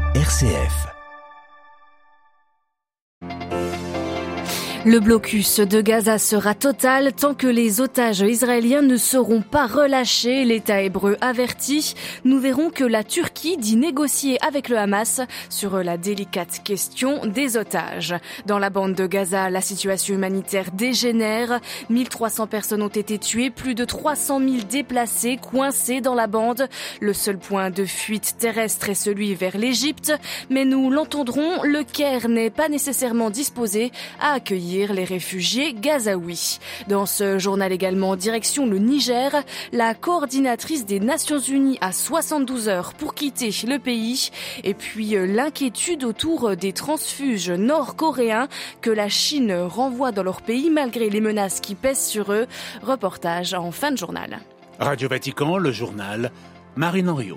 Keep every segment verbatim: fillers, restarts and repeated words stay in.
R C F. Le blocus de Gaza sera total tant que les otages israéliens ne seront pas relâchés. L'État hébreu avertit. Nous verrons que la Turquie dit négocier avec le Hamas sur la délicate question des otages. Dans la bande de Gaza, la situation humanitaire dégénère. mille trois cents personnes ont été tuées, plus de trois cent mille déplacés, coincés dans la bande. Le seul point de fuite terrestre est celui vers l'Égypte. Mais nous l'entendrons, le Caire n'est pas nécessairement disposé à accueillir les réfugiés gazaouis. Dans ce journal également, direction le Niger, la coordinatrice des Nations Unies a soixante-douze heures pour quitter le pays. Et puis l'inquiétude autour des transfuges nord-coréens que la Chine renvoie dans leur pays malgré les menaces qui pèsent sur eux. Reportage en fin de journal. Radio Vatican, le journal, Marine Henriot.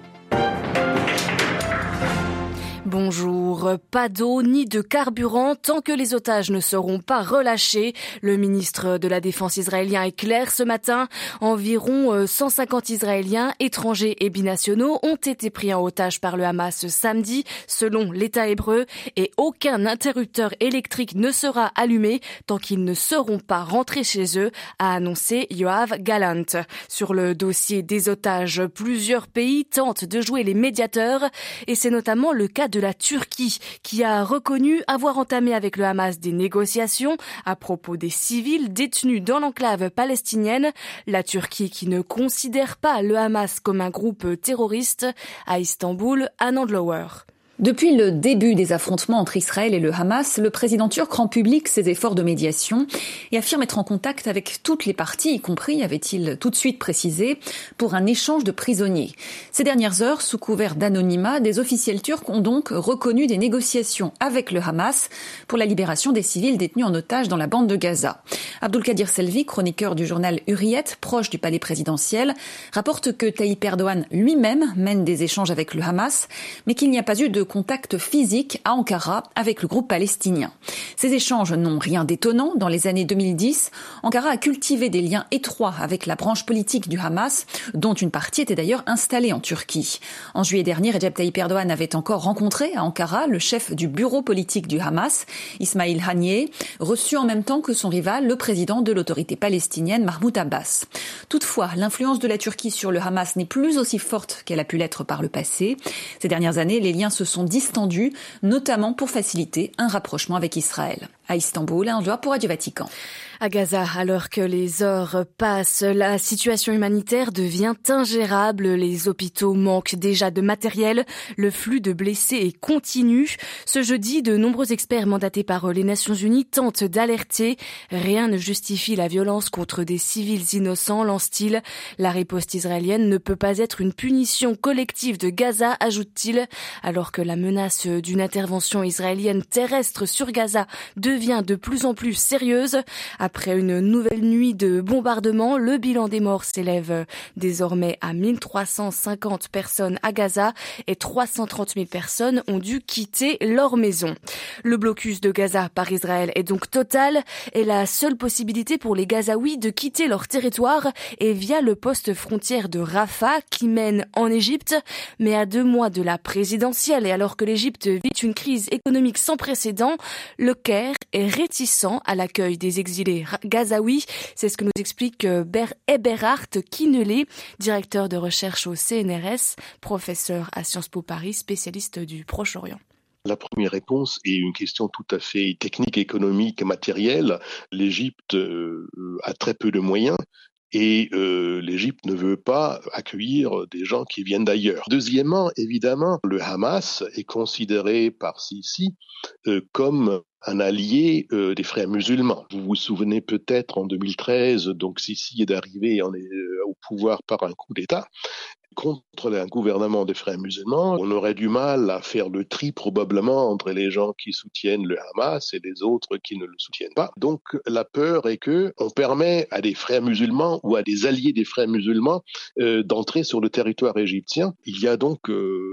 Bonjour. Pas d'eau ni de carburant tant que les otages ne seront pas relâchés. Le ministre de la Défense israélien est clair ce matin. Environ cent cinquante Israéliens, étrangers et binationaux ont été pris en otage par le Hamas samedi, selon l'État hébreu, et aucun interrupteur électrique ne sera allumé tant qu'ils ne seront pas rentrés chez eux, a annoncé Yoav Gallant. Sur le dossier des otages, plusieurs pays tentent de jouer les médiateurs et c'est notamment le cas de la Turquie, qui a reconnu avoir entamé avec le Hamas des négociations à propos des civils détenus dans l'enclave palestinienne. La Turquie qui ne considère pas le Hamas comme un groupe terroriste. À Istanbul, Anne Andlauer. Depuis le début des affrontements entre Israël et le Hamas, le président turc rend public ses efforts de médiation et affirme être en contact avec toutes les parties, y compris, avait-il tout de suite précisé, pour un échange de prisonniers. Ces dernières heures, sous couvert d'anonymat, des officiels turcs ont donc reconnu des négociations avec le Hamas pour la libération des civils détenus en otage dans la bande de Gaza. Abdulkadir Selvi, chroniqueur du journal Hurriyet, proche du palais présidentiel, rapporte que Tayyip Erdogan lui-même mène des échanges avec le Hamas, mais qu'il n'y a pas eu de contact physique à Ankara avec le groupe palestinien. Ces échanges n'ont rien d'étonnant. Dans les années deux mille dix, Ankara a cultivé des liens étroits avec la branche politique du Hamas, dont une partie était d'ailleurs installée en Turquie. En juillet dernier, Recep Tayyip Erdogan avait encore rencontré à Ankara le chef du bureau politique du Hamas, Ismail Haniyeh, reçu en même temps que son rival, le président de l'autorité palestinienne, Mahmoud Abbas. Toutefois, l'influence de la Turquie sur le Hamas n'est plus aussi forte qu'elle a pu l'être par le passé. Ces dernières années, les liens se sont distendus, notamment pour faciliter un rapprochement avec Israël. À Istanbul, un doigt pour Radio Vatican. À Gaza, alors que les heures passent, la situation humanitaire devient ingérable. Les hôpitaux manquent déjà de matériel. Le flux de blessés est continu. Ce jeudi, de nombreux experts mandatés par les Nations Unies tentent d'alerter. Rien ne justifie la violence contre des civils innocents, lance-t-il. La riposte israélienne ne peut pas être une punition collective de Gaza, ajoute-t-il, alors que la menace d'une intervention israélienne terrestre sur Gaza devient de plus en plus sérieuse. Après une nouvelle nuit de bombardements, le bilan des morts s'élève désormais à mille trois cent cinquante personnes à Gaza et trois cent trente mille personnes ont dû quitter leur maison. Le blocus de Gaza par Israël est donc total et la seule possibilité pour les Gazaouis de quitter leur territoire est via le poste frontière de Rafah qui mène en Égypte. Mais à deux mois de la présidentielle et alors que l'Égypte vit une crise économique sans précédent, le Caire est réticent à l'accueil des exilés gazaouis. C'est ce que nous explique Ber- Eberhard Kienele, directeur de recherche au C N R S, professeur à Sciences Po Paris, spécialiste du Proche-Orient. La première réponse est une question tout à fait technique, économique, matérielle. L'Égypte euh, a très peu de moyens. Et euh, l'Égypte ne veut pas accueillir des gens qui viennent d'ailleurs. Deuxièmement, évidemment, le Hamas est considéré par Sisi euh, comme un allié euh, des frères musulmans. Vous vous souvenez peut-être en deux mille treize, donc Sisi est arrivé en, euh, au pouvoir par un coup d'État. Contre un gouvernement des frères musulmans, on aurait du mal à faire le tri probablement entre les gens qui soutiennent le Hamas et les autres qui ne le soutiennent pas. Donc la peur est que on permet à des frères musulmans ou à des alliés des frères musulmans euh, d'entrer sur le territoire égyptien. Il y a donc euh,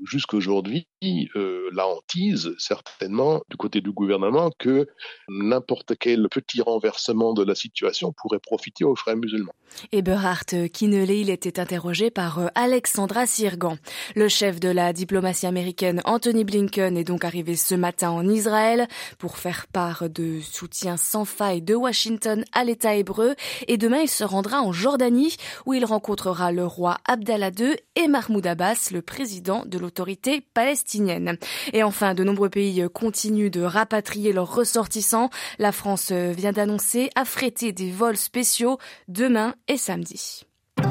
jusqu'à aujourd'hui euh, la hantise, certainement, du côté du gouvernement, que n'importe quel petit renversement de la situation pourrait profiter aux frères musulmans. Eberhard Kienle, il était interrogé par Alexandra Sirgan. Le chef de la diplomatie américaine, Anthony Blinken, est donc arrivé ce matin en Israël pour faire part de soutien sans faille de Washington à l'État hébreu. Et demain, il se rendra en Jordanie où il rencontrera le roi Abdallah deux et Mahmoud Abbas, le président de l'autorité palestinienne. Et enfin, de nombreux pays continuent de rapatrier leurs ressortissants. La France vient d'annoncer affréter des vols spéciaux demain et samedi.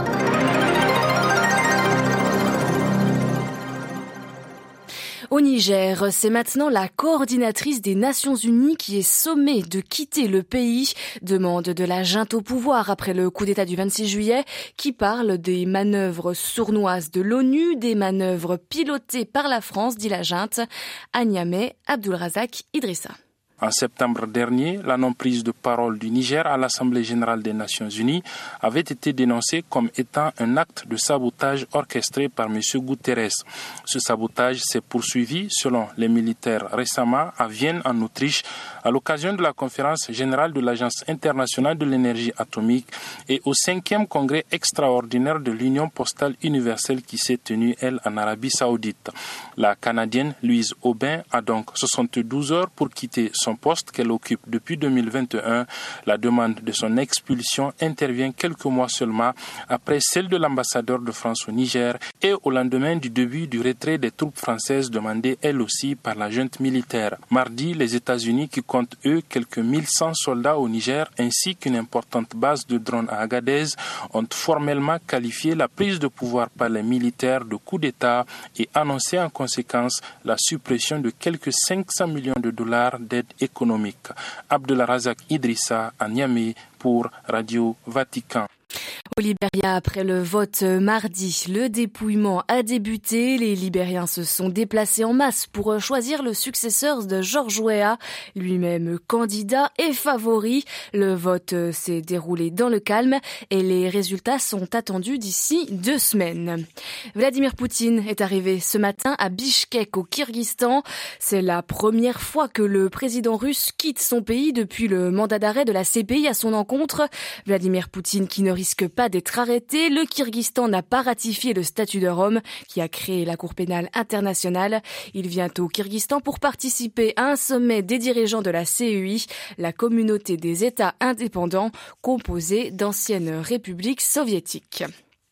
Au Niger, c'est maintenant la coordinatrice des Nations Unies qui est sommée de quitter le pays, demande de la junte au pouvoir après le coup d'État du vingt-six juillet, qui parle des manœuvres sournoises de l'ONU, des manœuvres pilotées par la France, dit la junte. À Niamey, Abdulrazak Idrissa. En septembre dernier, la non-prise de parole du Niger à l'Assemblée générale des Nations unies avait été dénoncée comme étant un acte de sabotage orchestré par M. Guterres. Ce sabotage s'est poursuivi, selon les militaires, récemment à Vienne, en Autriche, à l'occasion de la conférence générale de l'Agence internationale de l'énergie atomique et au cinquième congrès extraordinaire de l'Union postale universelle qui s'est tenu, elle, en Arabie saoudite. La Canadienne Louise Aubin a donc soixante-douze heures pour quitter son poste qu'elle occupe depuis deux mille vingt et un. La demande de son expulsion intervient quelques mois seulement après celle de l'ambassadeur de France au Niger et au lendemain du début du retrait des troupes françaises demandé elle aussi par la junte militaire. Mardi, les États-Unis, qui comptent eux quelques mille cent soldats au Niger ainsi qu'une importante base de drones à Agadez, ont formellement qualifié la prise de pouvoir par les militaires de coup d'État et annoncé en conséquence la suppression de quelques cinq cents millions de dollars d'aide économique. Abdulrazak Idrissa à Niamey pour Radio Vatican. Au Libéria, après le vote mardi, le dépouillement a débuté. Les Libériens se sont déplacés en masse pour choisir le successeur de George Weah, lui-même candidat et favori. Le vote s'est déroulé dans le calme et les résultats sont attendus d'ici deux semaines. Vladimir Poutine est arrivé ce matin à Bichkek, au Kyrgyzstan. C'est la première fois que le président russe quitte son pays depuis le mandat d'arrêt de la C P I à son encontre. Vladimir Poutine qui ne risque pas d'être arrêté. Le Kyrgyzstan n'a pas ratifié le statut de Rome qui a créé la Cour pénale internationale. Il vient au Kyrgyzstan pour participer à un sommet des dirigeants de la C E I, la communauté des États indépendants composée d'anciennes républiques soviétiques.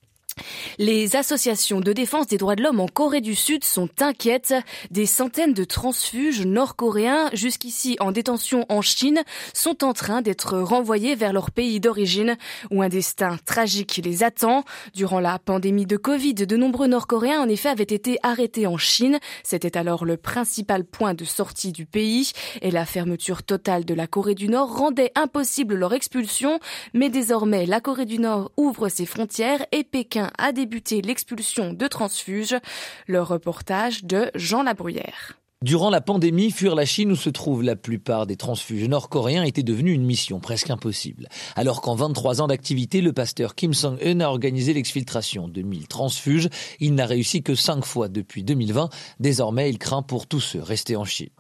Les associations de défense des droits de l'homme en Corée du Sud sont inquiètes. Des centaines de transfuges nord-coréens, jusqu'ici en détention en Chine, sont en train d'être renvoyés vers leur pays d'origine, où un destin tragique les attend. Durant la pandémie de Covid, de nombreux Nord-Coréens, en effet, avaient été arrêtés en Chine. C'était alors le principal point de sortie du pays. Et la fermeture totale de la Corée du Nord rendait impossible leur expulsion. Mais désormais, la Corée du Nord ouvre ses frontières et Pékin a débuté l'expulsion de transfuges. Le reportage de Jean Labruyère. Durant la pandémie, fuir la Chine où se trouvent la plupart des transfuges nord-coréens était devenue une mission presque impossible. Alors qu'en vingt-trois ans d'activité, le pasteur Kim Song-eun a organisé l'exfiltration de mille transfuges. Il n'a réussi que cinq fois depuis deux mille vingt. Désormais, il craint pour tous ceux restés en Chine.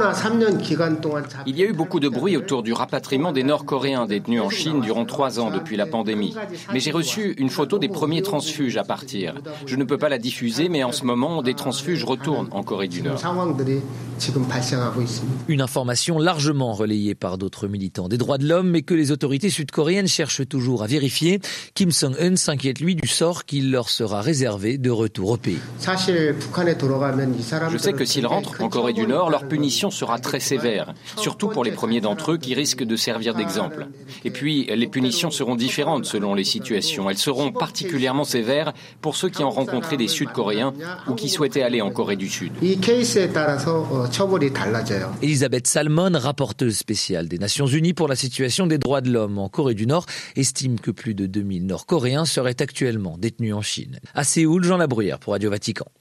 Il y a eu beaucoup de bruit autour du rapatriement des Nord-Coréens détenus en Chine durant trois ans depuis la pandémie. Mais j'ai reçu une photo des premiers transfuges à partir. Je ne peux pas la diffuser, mais en ce moment, des transfuges retournent en Corée du Nord. Une information largement relayée par d'autres militants des droits de l'homme, mais que les autorités sud-coréennes cherchent toujours à vérifier. Kim Song-eun s'inquiète, lui, du sort qu'il leur sera réservé de retour au pays. Je sais que s'ils rentrent en Corée du Nord, leur punition sera très sévère, surtout pour les premiers d'entre eux qui risquent de servir d'exemple. Et puis, les punitions seront différentes selon les situations. Elles seront particulièrement sévères pour ceux qui ont rencontré des Sud-Coréens ou qui souhaitaient aller en Corée du Sud. Elisabeth Salmon, rapporteuse spéciale des Nations Unies pour la situation des droits de l'homme en Corée du Nord, estime que plus de deux mille Nord-Coréens seraient actuellement détenus en Chine. À Séoul, Jean Labruyère pour Radio Vatican.